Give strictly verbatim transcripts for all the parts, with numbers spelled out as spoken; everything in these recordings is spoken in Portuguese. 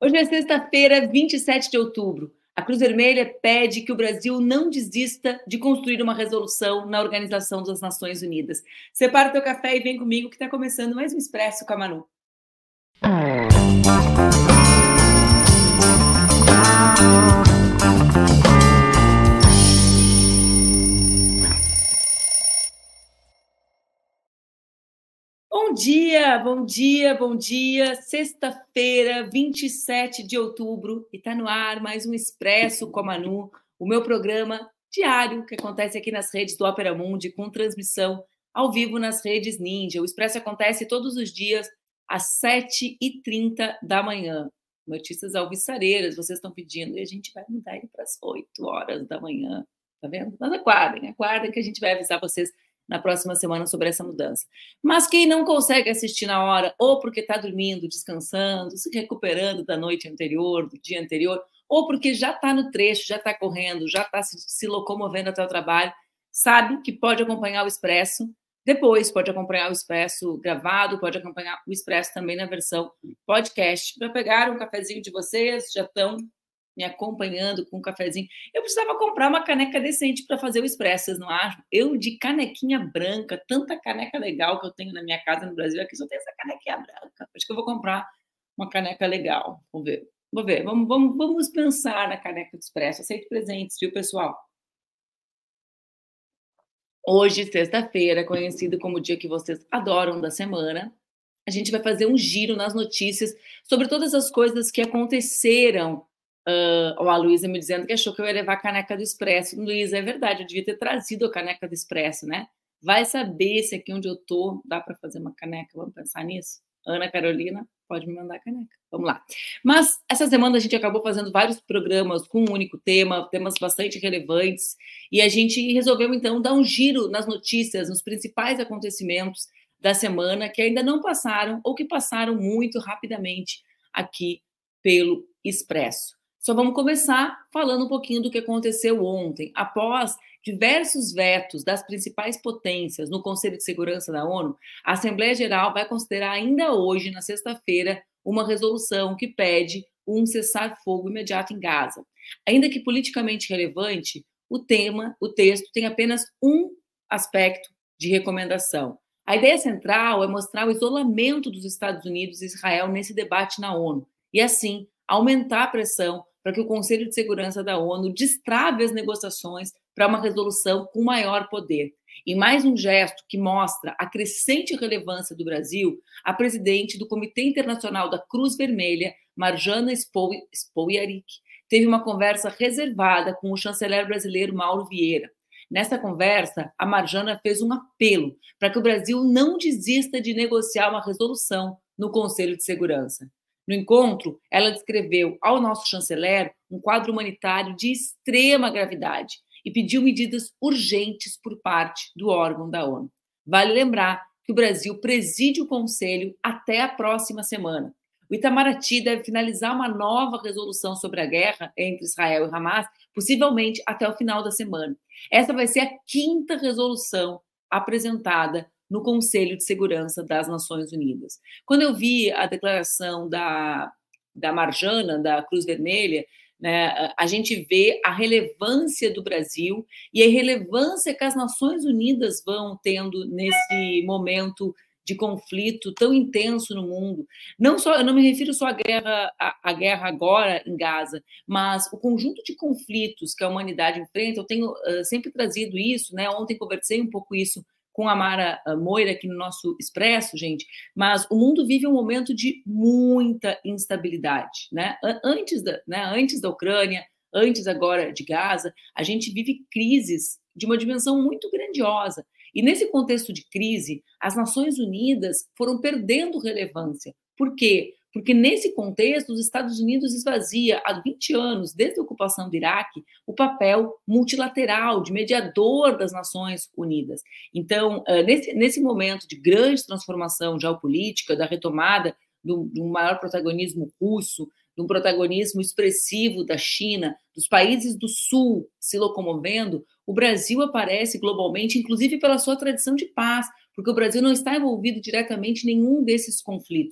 Hoje é sexta-feira, vinte e sete de outubro. A Cruz Vermelha pede que o Brasil não desista de construir uma resolução na Organização das Nações Unidas. Separa o teu café e vem comigo que está começando mais um Expresso com a Manu. Bom dia, bom dia, bom dia. Sexta-feira, vinte e sete de outubro, e está no ar mais um Expresso com a Manu, o meu programa diário que acontece aqui nas redes do Opera Mundi, com transmissão ao vivo nas redes Ninja. O Expresso acontece todos os dias às sete e trinta da manhã. Notícias alvissareiras, vocês estão pedindo, e a gente vai mudar ele para as oito horas da manhã. Tá vendo? Mas aguardem, aguardem que a gente vai avisar vocês na próxima semana sobre essa mudança. Mas quem não consegue assistir na hora, ou porque está dormindo, descansando, se recuperando da noite anterior, do dia anterior, ou porque já está no trecho, já está correndo, já está se, se locomovendo até o trabalho, sabe que pode acompanhar o Expresso depois, pode acompanhar o Expresso gravado, pode acompanhar o Expresso também na versão podcast. Para pegar um cafezinho de vocês, já estão me acompanhando com um cafezinho. Eu precisava comprar uma caneca decente para fazer o Expresso, vocês não acham? Eu, de canequinha branca, tanta caneca legal que eu tenho na minha casa no Brasil, aqui só tem essa canequinha branca. Acho que eu vou comprar uma caneca legal. Vamos ver. Vamos ver. Vamos, vamos, vamos pensar na caneca do Expresso. Aceito presentes, viu, pessoal? Hoje, sexta-feira, conhecido como o dia que vocês adoram da semana, a gente vai fazer um giro nas notícias sobre todas as coisas que aconteceram. Uh, ó, a Luísa me dizendo que achou que eu ia levar a caneca do Expresso. Luísa, é verdade, eu devia ter trazido a caneca do Expresso, né? Vai saber se aqui onde eu tô dá para fazer uma caneca, vamos pensar nisso? Ana Carolina, pode me mandar a caneca. Vamos lá. Mas essa semana a gente acabou fazendo vários programas com um único tema, temas bastante relevantes, e a gente resolveu, então, dar um giro nas notícias, nos principais acontecimentos da semana que ainda não passaram ou que passaram muito rapidamente aqui pelo Expresso. Só vamos começar falando um pouquinho do que aconteceu ontem. Após diversos vetos das principais potências no Conselho de Segurança da ONU, a Assembleia Geral vai considerar ainda hoje, na sexta-feira, uma resolução que pede um cessar-fogo imediato em Gaza. Ainda que politicamente relevante, o tema, o texto, tem apenas um aspecto de recomendação. A ideia central é mostrar o isolamento dos Estados Unidos e Israel nesse debate na ONU e, assim, aumentar a pressão para que o Conselho de Segurança da ONU destrave as negociações para uma resolução com maior poder. E mais um gesto que mostra a crescente relevância do Brasil, a presidente do Comitê Internacional da Cruz Vermelha, Marjana Spoljaric, teve uma conversa reservada com o chanceler brasileiro Mauro Vieira. Nessa conversa, a Marjana fez um apelo para que o Brasil não desista de negociar uma resolução no Conselho de Segurança. No encontro, ela descreveu ao nosso chanceler um quadro humanitário de extrema gravidade e pediu medidas urgentes por parte do órgão da ONU. Vale lembrar que o Brasil preside o Conselho até a próxima semana. O Itamaraty deve finalizar uma nova resolução sobre a guerra entre Israel e Hamas, possivelmente até o final da semana. Essa vai ser a quinta resolução apresentada no Conselho de Segurança das Nações Unidas. Quando eu vi a declaração da, da Marjana, da Cruz Vermelha, né, a gente vê a relevância do Brasil e a relevância que as Nações Unidas vão tendo nesse momento de conflito tão intenso no mundo. Não só, eu não me refiro só à guerra, à, à guerra agora em Gaza, mas o conjunto de conflitos que a humanidade enfrenta. Eu tenho uh, sempre trazido isso, né? Ontem conversei um pouco isso com a Mara Moira aqui no nosso Expresso, gente, mas o mundo vive um momento de muita instabilidade, né? Antes da, né, antes da Ucrânia, antes agora de Gaza, a gente vive crises de uma dimensão muito grandiosa. E nesse contexto de crise, as Nações Unidas foram perdendo relevância. Por quê? Porque nesse contexto, os Estados Unidos esvazia, há vinte anos, desde a ocupação do Iraque, o papel multilateral, de mediador das Nações Unidas. Então, nesse, nesse momento de grande transformação geopolítica, da retomada de um maior protagonismo russo, de um protagonismo expressivo da China, dos países do Sul se locomovendo, o Brasil aparece globalmente, inclusive pela sua tradição de paz, porque o Brasil não está envolvido diretamente em nenhum desses conflitos.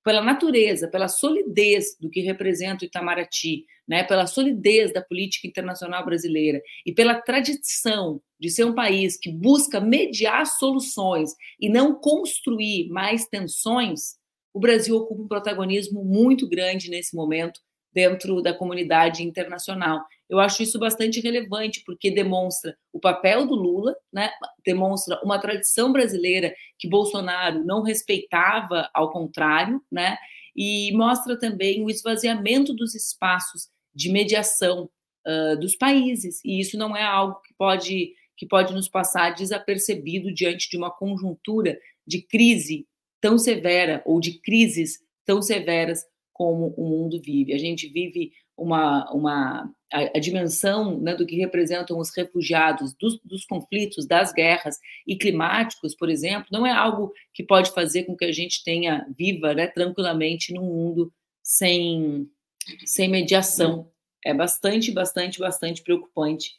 pela natureza, pela solidez do que representa o Itamaraty, né, pela solidez da política internacional brasileira e pela tradição de ser um país que busca mediar soluções e não construir mais tensões, o Brasil ocupa um protagonismo muito grande nesse momento dentro da comunidade internacional. Eu acho isso bastante relevante, porque demonstra o papel do Lula, né? Demonstra uma tradição brasileira que Bolsonaro não respeitava, ao contrário, né? E mostra também o esvaziamento dos espaços de mediação uh, dos países, e isso não é algo que pode, que pode nos passar desapercebido diante de uma conjuntura de crise tão severa, ou de crises tão severas como o mundo vive. A gente vive uma, uma a, a dimensão, né, do que representam os refugiados dos, dos conflitos, das guerras e climáticos, por exemplo, não é algo que pode fazer com que a gente tenha viva, né, tranquilamente num mundo sem, sem mediação. É bastante, bastante, bastante preocupante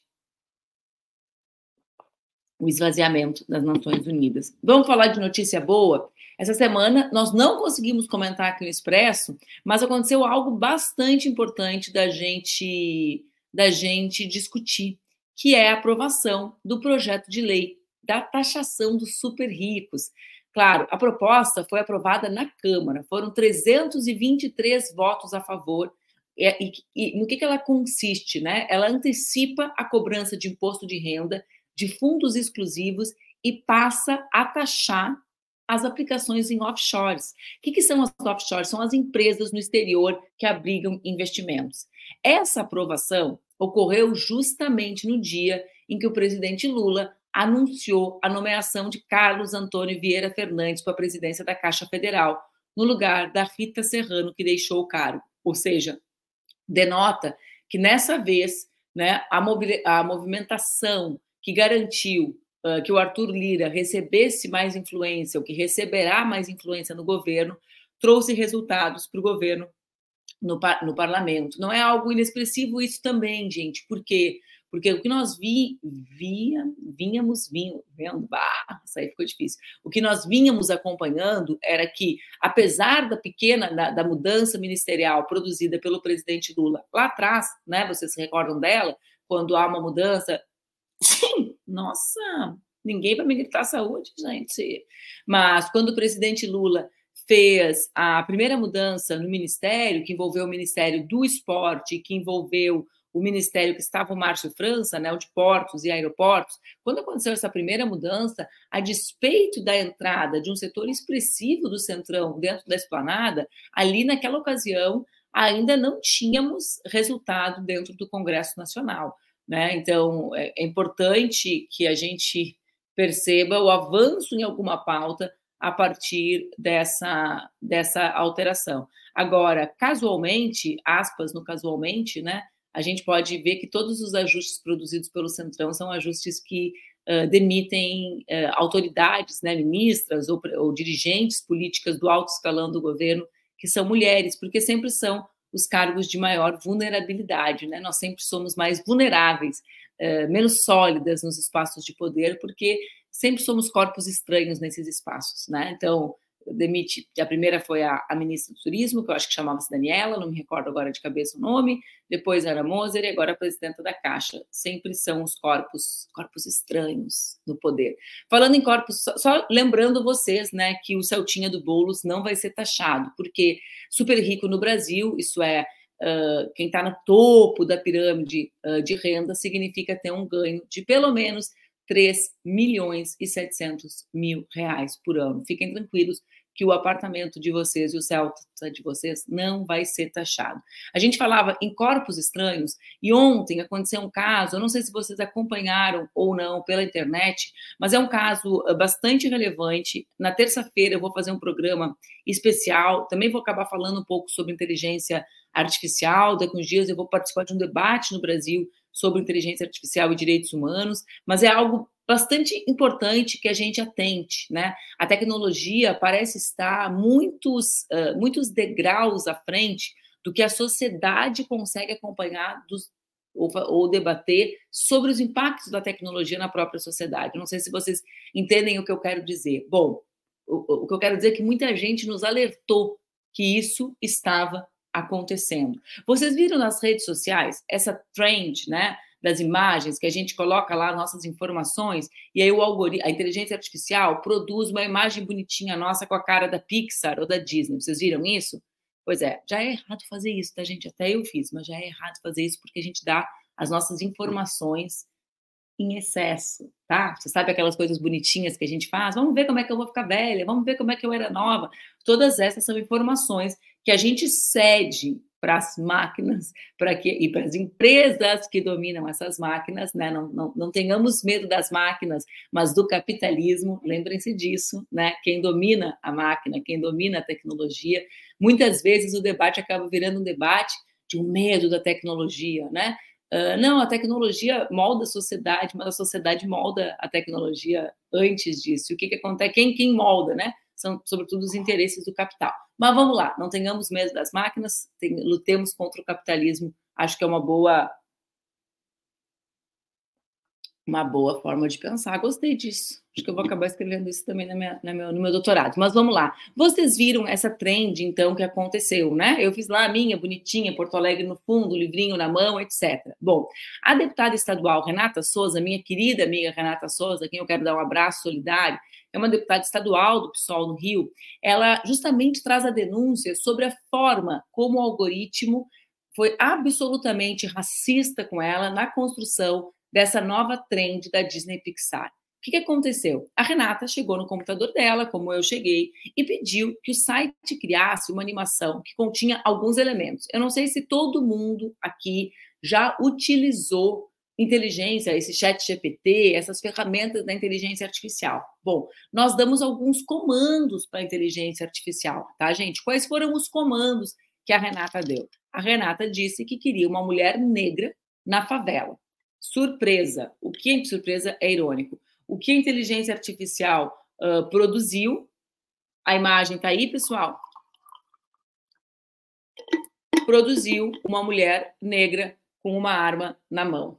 o esvaziamento das Nações Unidas. Vamos falar de notícia boa? Essa semana nós não conseguimos comentar aqui no Expresso, mas aconteceu algo bastante importante da gente, da gente discutir, que é a aprovação do projeto de lei da taxação dos super ricos. Claro, a proposta foi aprovada na Câmara, foram trezentos e vinte e três votos a favor. E, e, e no que, que ela consiste, né? Ela antecipa a cobrança de imposto de renda de fundos exclusivos e passa a taxar as aplicações em offshores. O que, que são as offshores? São as empresas no exterior que abrigam investimentos. Essa aprovação ocorreu justamente no dia em que o presidente Lula anunciou a nomeação de Carlos Antônio Vieira Fernandes para a presidência da Caixa Federal, no lugar da Rita Serrano, que deixou o cargo. Ou seja, denota que nessa vez, né, a, movi- a movimentação que garantiu uh, que o Arthur Lira recebesse mais influência, ou que receberá mais influência no governo, trouxe resultados para o governo no, no parlamento. Não é algo inexpressivo isso também, gente. Por quê? Porque o que nós vi, via, vínhamos, vinham, vendo, bah, isso aí ficou difícil. O que nós vínhamos acompanhando era que, apesar da pequena, da, da mudança ministerial produzida pelo presidente Lula lá atrás, né, vocês se recordam dela, quando há uma mudança. Sim, nossa, ninguém vai me gritar saúde, gente. Mas quando o presidente Lula fez a primeira mudança no ministério, que envolveu o Ministério do Esporte, que envolveu o ministério que estava o Márcio França, né, o de portos e aeroportos, quando aconteceu essa primeira mudança, a despeito da entrada de um setor expressivo do Centrão dentro da esplanada, ali naquela ocasião ainda não tínhamos resultado dentro do Congresso Nacional. Né? Então, é importante que a gente perceba o avanço em alguma pauta a partir dessa, dessa alteração. Agora, casualmente, aspas no casualmente, né, a gente pode ver que todos os ajustes produzidos pelo Centrão são ajustes que uh, demitem uh, autoridades, né, ministras ou, ou dirigentes políticas do alto escalão do governo, que são mulheres, porque sempre são os cargos de maior vulnerabilidade, né? Nós sempre somos mais vulneráveis, uh, menos sólidas nos espaços de poder, porque sempre somos corpos estranhos nesses espaços, né? Então, demite, a primeira foi a, a ministra do Turismo, que eu acho que chamava-se Daniela, não me recordo agora de cabeça o nome, depois era Moser e agora a presidenta da Caixa. Sempre são os corpos, corpos estranhos no poder. Falando em corpos, só, só lembrando vocês, né, que o Celtinha do Boulos não vai ser taxado, porque super rico no Brasil, isso é, uh, quem está no topo da pirâmide uh, de renda, significa ter um ganho de pelo menos três milhões e setecentos mil reais por ano. Fiquem tranquilos que o apartamento de vocês e o Celta de vocês não vai ser taxado. A gente falava em corpos estranhos e ontem aconteceu um caso, eu não sei se vocês acompanharam ou não pela internet, mas é um caso bastante relevante. Na terça-feira eu vou fazer um programa especial, também vou acabar falando um pouco sobre inteligência artificial, daqui uns dias eu vou participar de um debate no Brasil sobre inteligência artificial e direitos humanos, mas é algo bastante importante que a gente atente, né? A tecnologia parece estar muitos, uh, muitos degraus à frente do que a sociedade consegue acompanhar dos, ou, ou debater sobre os impactos da tecnologia na própria sociedade. Não sei se vocês entendem o que eu quero dizer. Bom, o, o que eu quero dizer é que muita gente nos alertou que isso estava acontecendo. Vocês viram nas redes sociais essa trend, né, das imagens que a gente coloca lá nossas informações e aí o algoritmo, a inteligência artificial produz uma imagem bonitinha nossa com a cara da Pixar ou da Disney. Vocês viram isso? Pois é, já é errado fazer isso, tá, gente? Até eu fiz, mas já é errado fazer isso porque a gente dá as nossas informações em excesso, tá? Você sabe aquelas coisas bonitinhas que a gente faz? Vamos ver como é que eu vou ficar velha, vamos ver como é que eu era nova. Todas essas são informações que a gente cede para as máquinas para que, e para as empresas que dominam essas máquinas, né? Não, não, não tenhamos medo das máquinas, mas do capitalismo, lembrem-se disso, né? Quem domina a máquina, quem domina a tecnologia, muitas vezes o debate acaba virando um debate de um medo da tecnologia, né? Uh, não, a tecnologia molda a sociedade, mas a sociedade molda a tecnologia antes disso. E o que, que acontece? Quem, quem molda, né? São, sobretudo, os interesses do capital. Mas vamos lá, não tenhamos medo das máquinas, tem, lutemos contra o capitalismo. Acho que é uma boa, uma boa forma de pensar. Gostei disso. Acho que eu vou acabar escrevendo isso também na minha, na meu, no meu doutorado. Mas vamos lá. Vocês viram essa trend, então, que aconteceu, né? Eu fiz lá a minha, bonitinha, Porto Alegre no fundo, livrinho na mão, etcétera. Bom, a deputada estadual Renata Souza, minha querida amiga Renata Souza, a quem eu quero dar um abraço solidário, é uma deputada estadual do PSOL no Rio, ela justamente traz a denúncia sobre a forma como o algoritmo foi absolutamente racista com ela na construção dessa nova trend da Disney Pixar. O que, que aconteceu? A Renata chegou no computador dela, como eu cheguei, e pediu que o site criasse uma animação que continha alguns elementos. Eu não sei se todo mundo aqui já utilizou inteligência, esse chat G P T, essas ferramentas da inteligência artificial. Bom, nós damos alguns comandos para a inteligência artificial, tá, gente? Quais foram os comandos que a Renata deu? A Renata disse que queria uma mulher negra na favela. Surpresa. O que é surpresa é irônico. O que a inteligência artificial uh, produziu, a imagem está aí, pessoal, produziu uma mulher negra com uma arma na mão.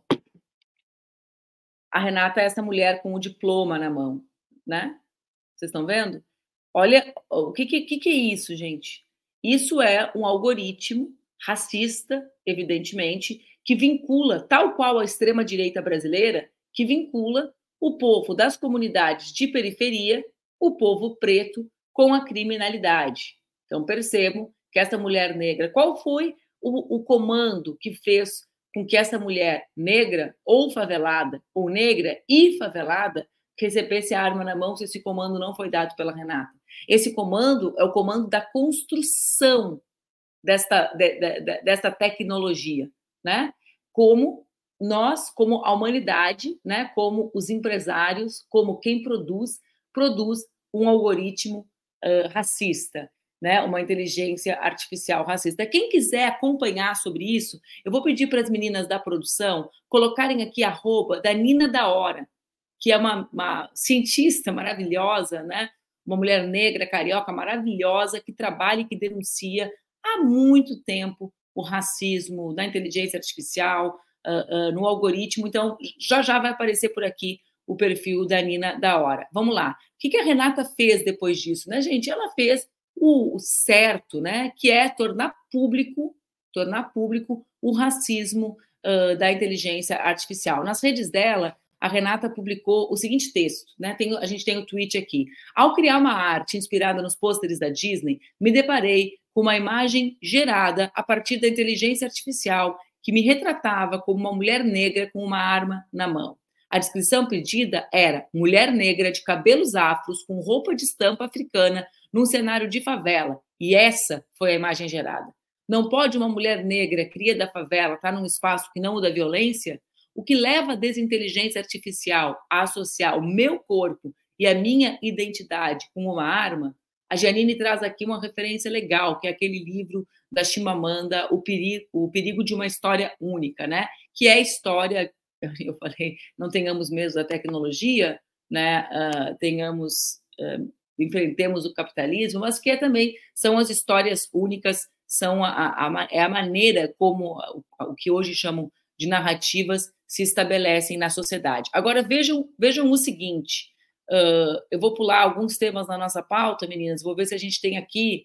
A Renata é essa mulher com o diploma na mão, né? Vocês estão vendo? Olha, o que, que, que é isso, gente? Isso é um algoritmo racista, evidentemente, que vincula, tal qual a extrema-direita brasileira, que vincula o povo das comunidades de periferia, o povo preto, com a criminalidade. Então, percebam que essa mulher negra, qual foi o, o comando que fez com que essa mulher negra, ou favelada, ou negra e favelada, recebesse a arma na mão se esse comando não foi dado pela Renata? Esse comando é o comando da construção desta, de, de, de, desta tecnologia, né? Como nós, como a humanidade, né? Como os empresários, como quem produz, produz um algoritmo uh, racista, né? Uma inteligência artificial racista. Quem quiser acompanhar sobre isso, eu vou pedir para as meninas da produção colocarem aqui a arroba da Nina da Hora, que é uma, uma cientista maravilhosa, né? Uma mulher negra, carioca, maravilhosa, que trabalha e que denuncia há muito tempo o racismo da inteligência artificial, uh, uh, no algoritmo. Então, já já vai aparecer por aqui o perfil da Nina da Hora. Vamos lá. O que, que a Renata fez depois disso, né, gente? Ela fez o, o certo, né? Que é tornar público, tornar público o racismo uh, da inteligência artificial. Nas redes dela, a Renata publicou o seguinte texto, né? Tem, a gente tem o tweet aqui. Ao criar uma arte inspirada nos pôsteres da Disney, me deparei com uma imagem gerada a partir da inteligência artificial que me retratava como uma mulher negra com uma arma na mão. A descrição pedida era mulher negra de cabelos afros com roupa de estampa africana num cenário de favela. E essa foi a imagem gerada. Não pode uma mulher negra, cria da favela, estar num espaço que não o da violência? O que leva a desinteligência artificial a associar o meu corpo e a minha identidade com uma arma? A Janine traz aqui uma referência legal, que é aquele livro da Chimamanda, O Perigo, o Perigo de uma História Única, né? Que é a história, eu falei, não tenhamos medo da tecnologia, né? Uh, tenhamos, uh, enfrentemos o capitalismo, mas que é também são as histórias únicas, são a, a, a, é a maneira como o, o que hoje chamam de narrativas se estabelecem na sociedade. Agora, vejam, vejam o seguinte, uh, eu vou pular alguns temas na nossa pauta, meninas, vou ver se a gente tem aqui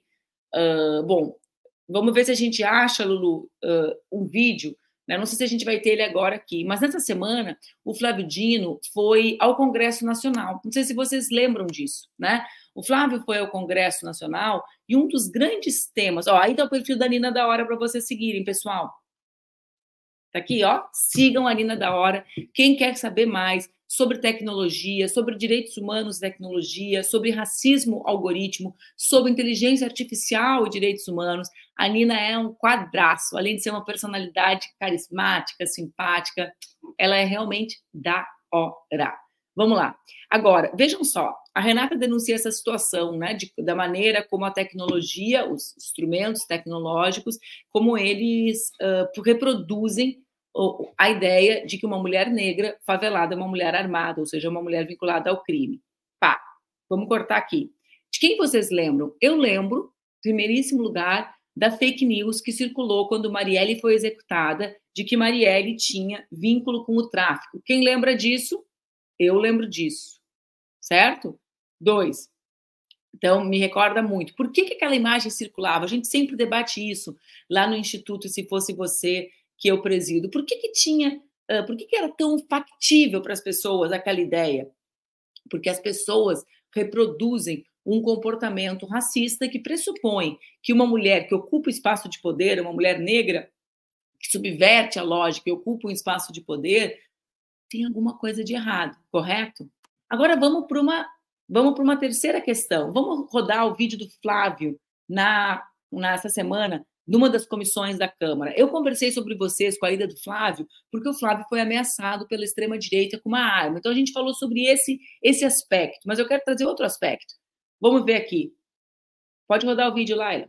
Uh, bom, vamos ver se a gente acha, Lulu, uh, um vídeo, né? Não sei se a gente vai ter ele agora aqui, mas nessa semana o Flávio Dino foi ao Congresso Nacional. Não sei se vocês lembram disso, né? O Flávio foi ao Congresso Nacional e um dos grandes temas... Ó, aí tá o perfil da Nina da Hora para vocês seguirem, pessoal. Tá aqui, ó. Sigam a Nina da Hora. Quem quer saber mais sobre tecnologia, sobre direitos humanos e tecnologia, sobre racismo algoritmo, sobre inteligência artificial e direitos humanos, a Nina é um quadraço. Além de ser uma personalidade carismática, simpática, ela é realmente da hora. Vamos lá. Agora, vejam só, a Renata denuncia essa situação, né, de, da maneira como a tecnologia, os instrumentos tecnológicos, como eles uh, reproduzem a ideia de que uma mulher negra favelada é uma mulher armada, ou seja, uma mulher vinculada ao crime. Pá, vamos cortar aqui. De quem vocês lembram? Eu lembro, em primeiríssimo lugar, da fake news que circulou quando Marielle foi executada, de que Marielle tinha vínculo com o tráfico. Quem lembra disso? Eu lembro disso, certo? Dois. Então, me recorda muito. Por que que aquela imagem circulava? A gente sempre debate isso lá no Instituto, Se Fosse Você, que eu presido. Por que que tinha, uh, por que que era tão factível para as pessoas aquela ideia? Porque as pessoas reproduzem um comportamento racista que pressupõe que uma mulher que ocupa o espaço de poder, uma mulher negra, que subverte a lógica e ocupa um espaço de poder, tem alguma coisa de errado, correto? Agora vamos para uma, vamos para uma terceira questão. Vamos rodar o vídeo do Flávio na, nessa semana, numa das comissões da Câmara. Eu conversei sobre vocês com a ida do Flávio, porque o Flávio foi ameaçado pela extrema-direita com uma arma. Então, a gente falou sobre esse, esse aspecto, mas eu quero trazer outro aspecto. Vamos ver aqui. Pode rodar o vídeo, Laila.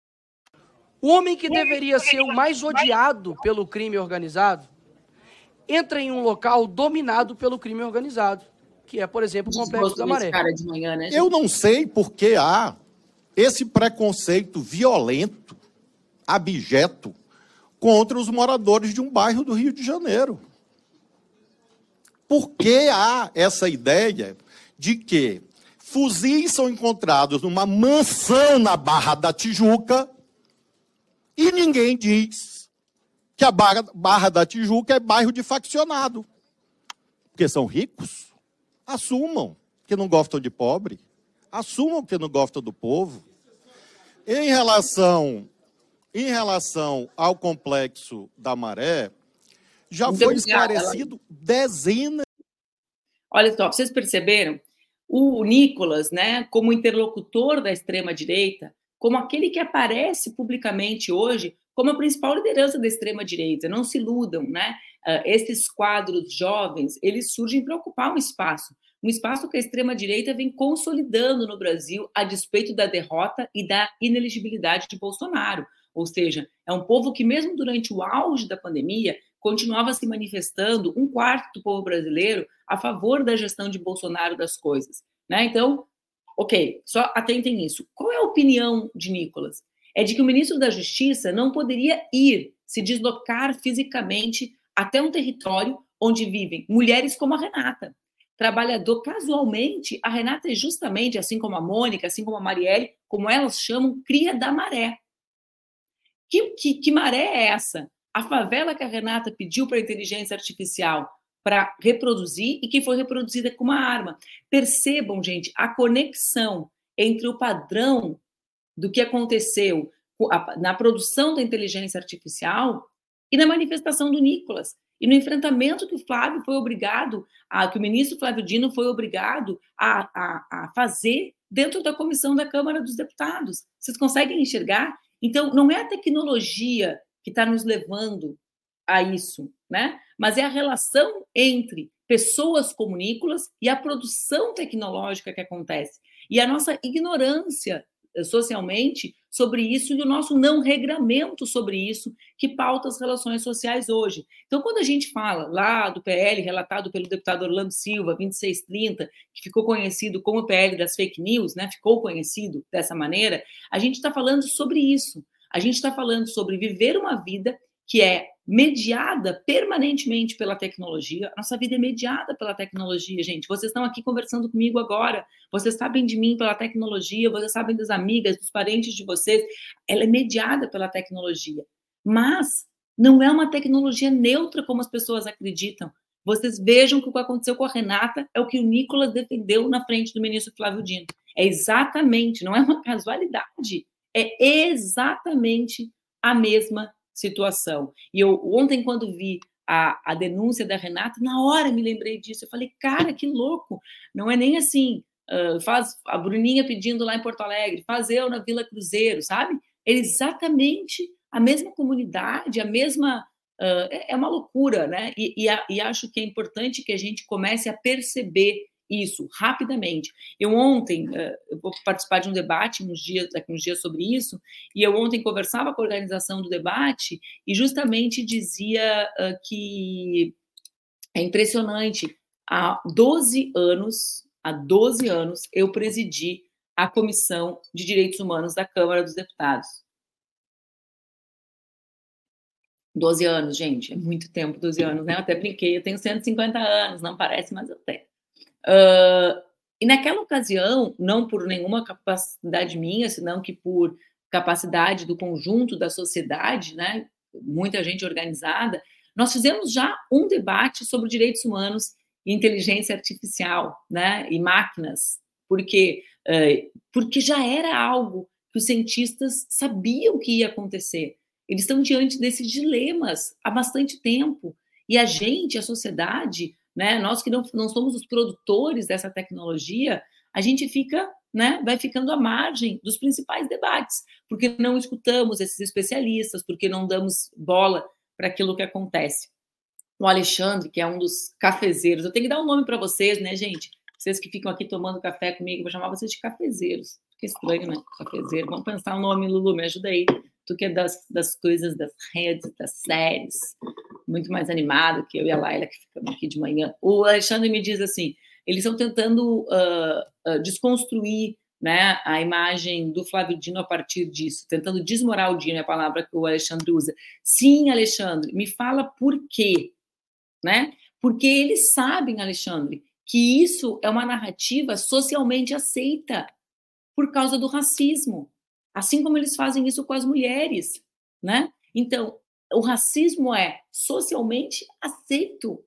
O homem que deveria ser o mais odiado pelo crime organizado entra em um local dominado pelo crime organizado, que é, por exemplo, o Complexo da Maré. Cara de manhã, né, gente? Eu não sei por que há esse preconceito violento, abjeto, contra os moradores de um bairro do Rio de Janeiro. Por que há essa ideia de que fuzis são encontrados numa mansão na Barra da Tijuca e ninguém diz que a Barra, Barra da Tijuca é bairro de faccionado? Porque são ricos? Assumam que não gostam de pobre. Assumam que não gostam do povo. Em relação, em relação ao Complexo da Maré, já foi esclarecido dezenas... Olha só, vocês perceberam? O Nicolas, né, como interlocutor da extrema-direita, como aquele que aparece publicamente hoje como a principal liderança da extrema-direita. Não se iludam, né? Uh, esses quadros jovens, eles surgem para ocupar um espaço, um espaço que a extrema-direita vem consolidando no Brasil a despeito da derrota e da inelegibilidade de Bolsonaro. Ou seja, é um povo que, mesmo durante o auge da pandemia, continuava se manifestando, um quarto do povo brasileiro, a favor da gestão de Bolsonaro das coisas, né? Então, ok, só atentem nisso. Qual é a opinião de Nicolas? É de que o ministro da Justiça não poderia ir, se deslocar fisicamente até um território onde vivem mulheres como a Renata. Trabalhador, casualmente, a Renata é justamente, assim como a Mônica, assim como a Marielle, como elas chamam, cria da maré. Que, que, que maré é essa? A favela que a Renata pediu para a inteligência artificial para reproduzir e que foi reproduzida com uma arma. Percebam, gente, a conexão entre o padrão do que aconteceu na produção da inteligência artificial e na manifestação do Nicolas, e no enfrentamento que o Flávio foi obrigado, a, que o ministro Flávio Dino foi obrigado a, a, a fazer dentro da comissão da Câmara dos Deputados. Vocês conseguem enxergar? Então, não é a tecnologia que está nos levando a isso, né? Mas é a relação entre pessoas como Nicolas e a produção tecnológica que acontece. E a nossa ignorância socialmente sobre isso e o nosso não regramento sobre isso que pauta as relações sociais hoje. Então, quando a gente fala lá do P L, relatado pelo deputado Orlando Silva, vinte e seis trinta, que ficou conhecido como o P L das fake news, né? Ficou conhecido dessa maneira, a gente está falando sobre isso. A gente está falando sobre viver uma vida que é mediada permanentemente pela tecnologia. A nossa vida é mediada pela tecnologia, gente. Vocês estão aqui conversando comigo agora, vocês sabem de mim pela tecnologia, vocês sabem das amigas, dos parentes de vocês. Ela é mediada pela tecnologia, mas não é uma tecnologia neutra como as pessoas acreditam. Vocês vejam que o que aconteceu com a Renata é o que o Nicolas defendeu na frente do ministro Flávio Dino. É exatamente, não é uma casualidade, é exatamente a mesma situação. E eu ontem, quando vi a, a denúncia da Renata, na hora me lembrei disso. Eu falei, cara, que louco! Não é nem assim, uh, faz a Bruninha pedindo lá em Porto Alegre, faz eu na Vila Cruzeiro, sabe? É exatamente a mesma comunidade, a mesma... Uh, é, é uma loucura, né? E, e, a, e acho que é importante que a gente comece a perceber isso rapidamente. Eu ontem, uh, eu vou participar de um debate uns dias, daqui uns dias sobre isso, e eu ontem conversava com a organização do debate e justamente dizia uh, que é impressionante, há doze anos, há doze anos, eu presidi a Comissão de Direitos Humanos da Câmara dos Deputados. doze anos, gente, é muito tempo, doze anos, né? Eu até brinquei, eu tenho cento e cinquenta anos, não parece, mas eu tenho. Uh, e naquela ocasião, não por nenhuma capacidade minha, senão que por capacidade do conjunto da sociedade, né? Muita gente organizada, nós fizemos já um debate sobre direitos humanos e inteligência artificial, né? E máquinas, porque, uh, porque já era algo que os cientistas sabiam que ia acontecer. Eles estão diante desses dilemas há bastante tempo. E a gente, a sociedade, né, nós que não, não somos os produtores dessa tecnologia, a gente fica, né, vai ficando à margem dos principais debates, porque não escutamos esses especialistas, porque não damos bola para aquilo que acontece. O Alexandre, que é um dos cafezeiros, eu tenho que dar um nome para vocês, né, gente? Vocês que ficam aqui tomando café comigo, eu vou chamar vocês de cafezeiros. Que estranho, né? Cafezeiro. Vamos pensar um nome, Lulu, me ajuda aí. Tu que é das, das coisas, das redes, das séries, muito mais animado que eu e a Laila, que ficamos aqui de manhã. O Alexandre me diz assim, eles estão tentando uh, uh, desconstruir, né, a imagem do Flávio Dino a partir disso, tentando desmorar o Dino, é a palavra que o Alexandre usa. Sim, Alexandre, me fala por quê, né? Porque eles sabem, Alexandre, que isso é uma narrativa socialmente aceita por causa do racismo. Assim como eles fazem isso com as mulheres, né? Então, o racismo é socialmente aceito,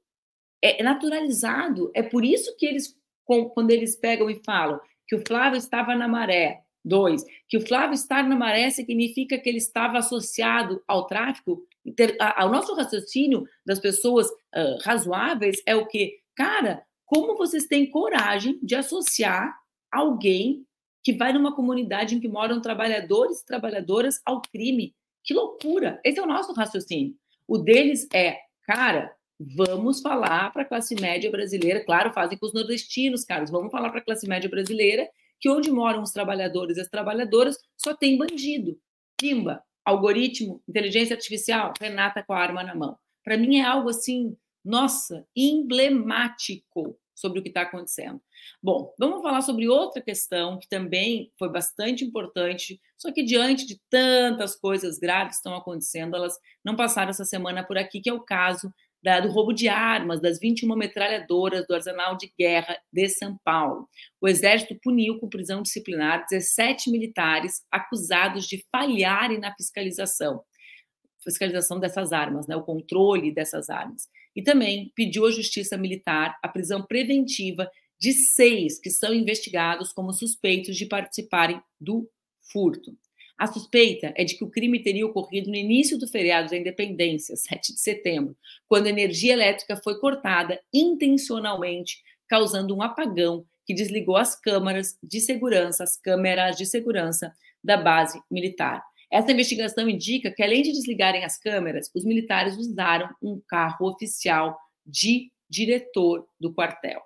é naturalizado. É por isso que eles, quando eles pegam e falam que o Flávio estava na maré, dois, que o Flávio estar na maré significa que ele estava associado ao tráfico, ao nosso raciocínio das pessoas uh, razoáveis é o quê? Cara, como vocês têm coragem de associar alguém que vai numa comunidade em que moram trabalhadores e trabalhadoras ao crime? Que loucura! Esse é o nosso raciocínio. O deles é, cara, vamos falar para a classe média brasileira, claro, fazem com os nordestinos, caras, vamos falar para a classe média brasileira que onde moram os trabalhadores e as trabalhadoras só tem bandido. Pimba, algoritmo, inteligência artificial, Renata com a arma na mão. Para mim é algo assim, nossa, emblemático sobre o que está acontecendo. Bom, vamos falar sobre outra questão que também foi bastante importante, só que diante de tantas coisas graves que estão acontecendo, elas não passaram essa semana por aqui, que é o caso da, do roubo de armas das vinte e uma metralhadoras do Arsenal de Guerra de São Paulo. O Exército puniu com prisão disciplinar dezessete militares acusados de falharem na fiscalização. fiscalização dessas armas, né, o controle dessas armas. E também pediu à Justiça Militar a prisão preventiva de seis que são investigados como suspeitos de participarem do furto. A suspeita é de que o crime teria ocorrido no início do feriado da Independência, sete de setembro, quando a energia elétrica foi cortada intencionalmente, causando um apagão que desligou as câmeras de segurança, as câmeras de segurança da base militar. Essa investigação indica que, além de desligarem as câmeras, os militares usaram um carro oficial de diretor do quartel.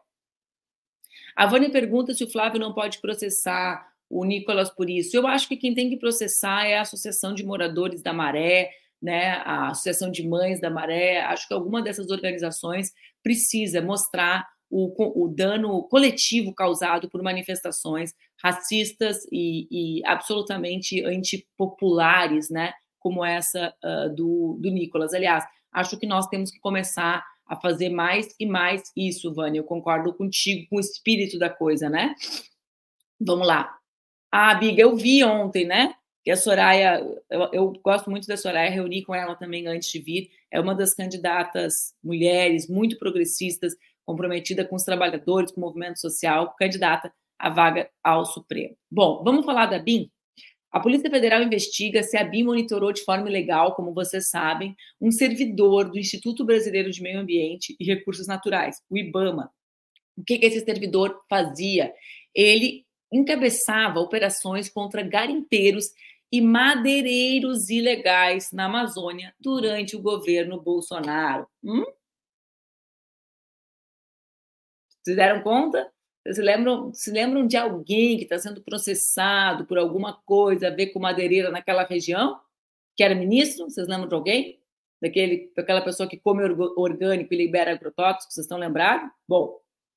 A Vânia pergunta se o Flávio não pode processar o Nicolas por isso. Eu acho que quem tem que processar é a Associação de Moradores da Maré, né, a Associação de Mães da Maré. Acho que alguma dessas organizações precisa mostrar o, o dano coletivo causado por manifestações racistas e, e absolutamente antipopulares, né, como essa uh, do, do Nicolas. Aliás, acho que nós temos que começar a fazer mais e mais isso, Vânia. Eu concordo contigo, com o espírito da coisa, né? Vamos lá. Ah, Biga, eu vi ontem, né? Que a Soraya, eu, eu gosto muito da Soraya, reuni com ela também antes de vir. É uma das candidatas mulheres, muito progressistas, comprometida com os trabalhadores, com o movimento social, candidata à vaga ao Supremo. Bom, vamos falar da B I M? A Polícia Federal investiga se a B I M monitorou de forma ilegal, como vocês sabem, um servidor do Instituto Brasileiro de Meio Ambiente e Recursos Naturais, o IBAMA. O que, que esse servidor fazia? Ele encabeçava operações contra garimpeiros e madeireiros ilegais na Amazônia durante o governo Bolsonaro. Hum? Vocês deram conta? Vocês se lembram, se lembram de alguém que está sendo processado por alguma coisa a ver com madeireira naquela região? Que era ministro? Vocês lembram de alguém? Daquele, daquela pessoa que come orgânico e libera agrotóxicos? Vocês estão lembrados? Bom,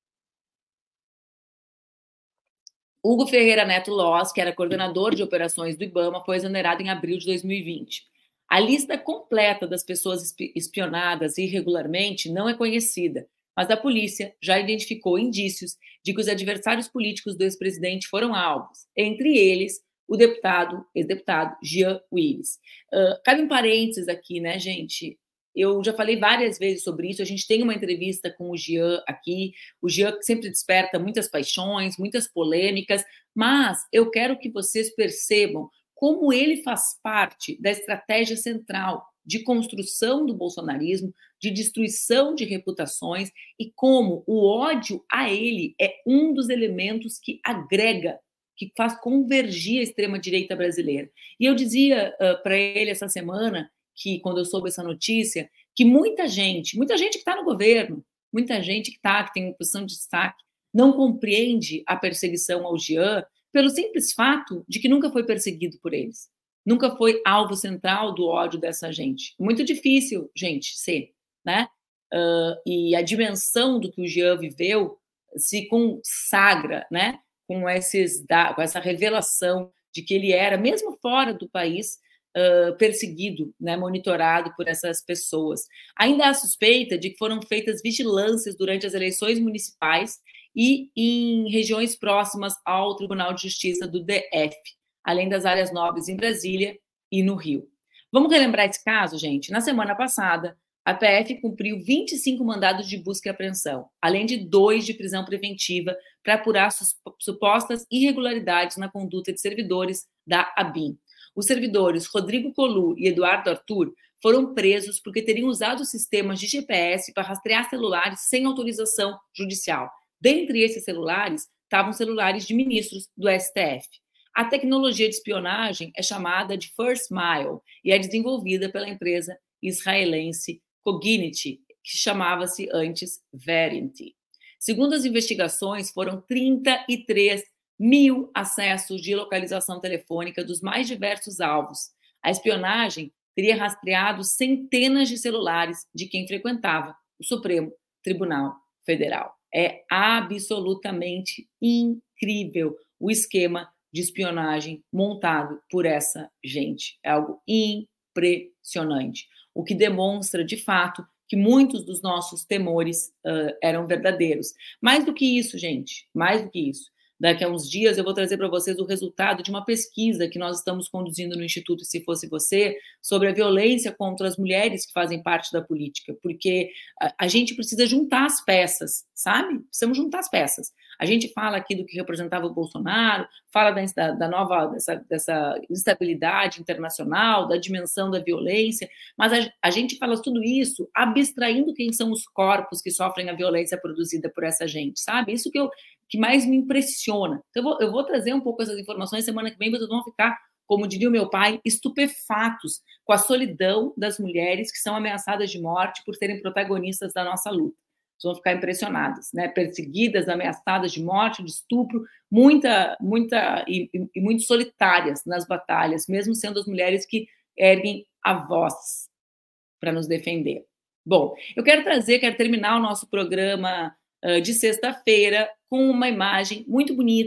Hugo Ferreira Neto Loz, que era coordenador de operações do IBAMA, foi exonerado em abril de dois mil e vinte. A lista completa das pessoas espionadas irregularmente não é conhecida, mas a polícia já identificou indícios de que os adversários políticos do ex-presidente foram alvos, entre eles o deputado, ex-deputado Jean Willis. Uh, cabe um parênteses aqui, né, gente? Eu já falei várias vezes sobre isso, a gente tem uma entrevista com o Jean aqui, o Jean sempre desperta muitas paixões, muitas polêmicas, mas eu quero que vocês percebam como ele faz parte da estratégia central de construção do bolsonarismo, de destruição de reputações e como o ódio a ele é um dos elementos que agrega, que faz convergir a extrema-direita brasileira. E eu dizia uh, para ele essa semana, que quando eu soube essa notícia, que muita gente, muita gente que está no governo, muita gente que está, que tem uma posição de destaque, não compreende a perseguição ao Jean pelo simples fato de que nunca foi perseguido por eles. Nunca foi alvo central do ódio dessa gente. Muito difícil, gente, ser, né? Uh, e a dimensão do que o Jean viveu se consagra, né? Com, esses, com essa revelação de que ele era, mesmo fora do país, Uh, perseguido, né, monitorado por essas pessoas. Ainda há suspeita de que foram feitas vigilâncias durante as eleições municipais e em regiões próximas ao Tribunal de Justiça do D F, além das áreas nobres em Brasília e no Rio. Vamos relembrar esse caso, gente? Na semana passada, a P F cumpriu vinte e cinco mandados de busca e apreensão, além de dois de prisão preventiva para apurar supostas irregularidades na conduta de servidores da A B I M. Os servidores Rodrigo Colu e Eduardo Arthur foram presos porque teriam usado sistemas de G P S para rastrear celulares sem autorização judicial. Dentre esses celulares, estavam celulares de ministros do S T F. A tecnologia de espionagem é chamada de First Mile e é desenvolvida pela empresa israelense Cognity, que chamava-se antes Verity. Segundo as investigações, foram trinta e três mil acessos de localização telefônica dos mais diversos alvos. A espionagem teria rastreado centenas de celulares de quem frequentava o Supremo Tribunal Federal. É absolutamente incrível o esquema de espionagem montado por essa gente. É algo impressionante, o que demonstra, de fato, que muitos dos nossos temores uh, eram verdadeiros. Mais do que isso, gente, mais do que isso. Daqui a uns dias eu vou trazer para vocês o resultado de uma pesquisa que nós estamos conduzindo no Instituto Se Fosse Você, sobre a violência contra as mulheres que fazem parte da política, porque a, a gente precisa juntar as peças, sabe? Precisamos juntar as peças. A gente fala aqui do que representava o Bolsonaro, fala da, da nova, dessa, dessa instabilidade internacional, da dimensão da violência, mas a, a gente fala tudo isso abstraindo quem são os corpos que sofrem a violência produzida por essa gente, sabe? Isso que eu que mais me impressiona. Então, eu vou, eu vou trazer um pouco essas informações semana que vem, vocês vão ficar, como diria o meu pai, estupefatos com a solidão das mulheres que são ameaçadas de morte por serem protagonistas da nossa luta. Vocês vão ficar impressionadas, né? Perseguidas, ameaçadas de morte, de estupro, muita, muita e, e muito solitárias nas batalhas, mesmo sendo as mulheres que erguem a voz para nos defender. Bom, eu quero trazer, quero terminar o nosso programa de sexta-feira com uma imagem muito bonita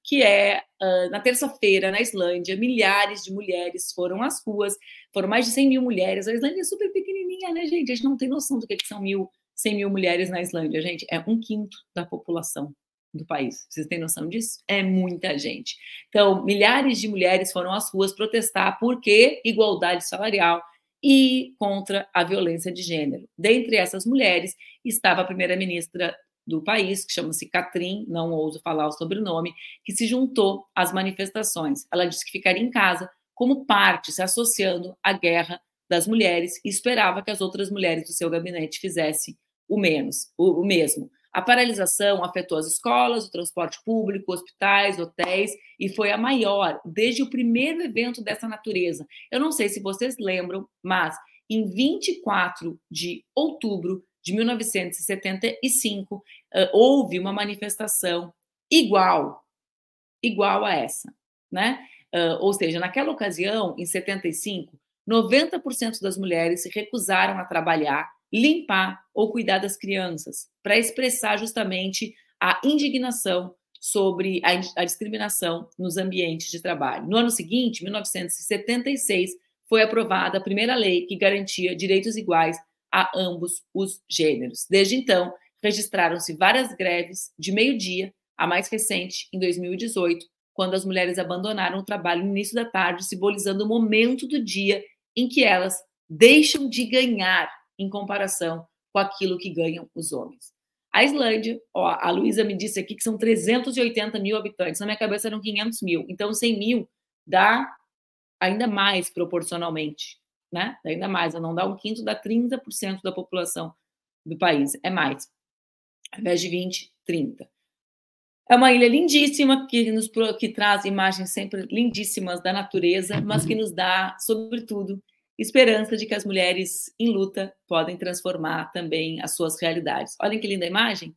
que é, uh, na terça-feira, na Islândia, milhares de mulheres foram às ruas, foram mais de cem mil mulheres. A Islândia é super pequenininha, né, gente? A gente não tem noção do que, que são mil, cem mil mulheres na Islândia, gente. É um quinto da população do país. Vocês têm noção disso? É muita gente. Então, milhares de mulheres foram às ruas protestar porque igualdade salarial e contra a violência de gênero. Dentre essas mulheres estava a primeira-ministra do país, que chama-se Katrin, não ouso falar o sobrenome, que se juntou às manifestações. Ela disse que ficaria em casa como parte, se associando à guerra das mulheres, e esperava que as outras mulheres do seu gabinete fizessem o, menos, o, o mesmo. A paralisação afetou as escolas, o transporte público, hospitais, hotéis, e foi a maior desde o primeiro evento dessa natureza. Eu não sei se vocês lembram, mas em vinte e quatro de outubro de mil novecentos e setenta e cinco, uh, houve uma manifestação igual, igual a essa, né? Uh, ou seja, naquela ocasião, em setenta e cinco, noventa por cento das mulheres se recusaram a trabalhar, limpar ou cuidar das crianças, para expressar justamente a indignação sobre a, a discriminação nos ambientes de trabalho. No ano seguinte, mil novecentos e setenta e seis, foi aprovada a primeira lei que garantia direitos iguais a ambos os gêneros. Desde então, registraram-se várias greves de meio-dia, a mais recente, em dois mil e dezoito, quando as mulheres abandonaram o trabalho no início da tarde, simbolizando o momento do dia em que elas deixam de ganhar em comparação com aquilo que ganham os homens. A Islândia, ó, a Luísa me disse aqui que são trezentos e oitenta mil habitantes, na minha cabeça eram quinhentos mil, então cem mil dá ainda mais proporcionalmente, né? Ainda mais, não dá um quinto, dá trinta por cento da população do país, é mais, ao invés de vinte, trinta. É uma ilha lindíssima, que, nos, que traz imagens sempre lindíssimas da natureza, mas que nos dá, sobretudo, esperança de que as mulheres em luta podem transformar também as suas realidades. Olhem que linda imagem.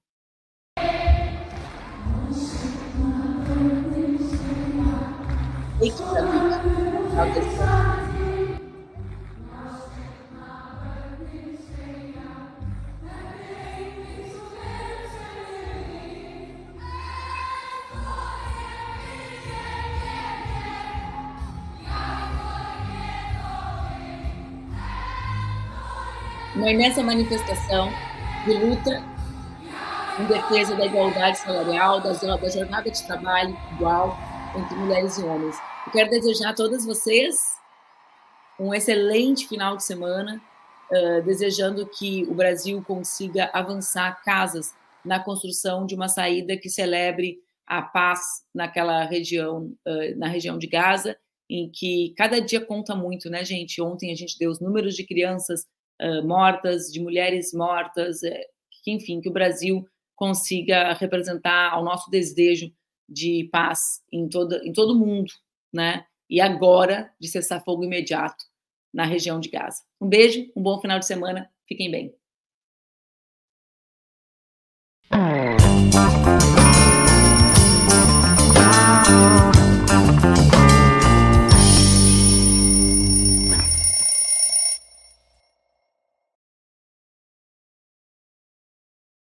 Uma imensa manifestação de luta em defesa da igualdade salarial, da, da jornada de trabalho igual entre mulheres e homens. Eu quero desejar a todas vocês um excelente final de semana, uh, desejando que o Brasil consiga avançar casas na construção de uma saída que celebre a paz naquela região, uh, na região de Gaza, em que cada dia conta muito, né, gente? Ontem a gente deu os números de crianças uh, mortas, de mulheres mortas, uh, que, enfim, que o Brasil consiga representar ao nosso desejo de paz em todo, em todo o mundo, né? E agora de cessar fogo imediato na região de Gaza. Um beijo, um bom final de semana, fiquem bem.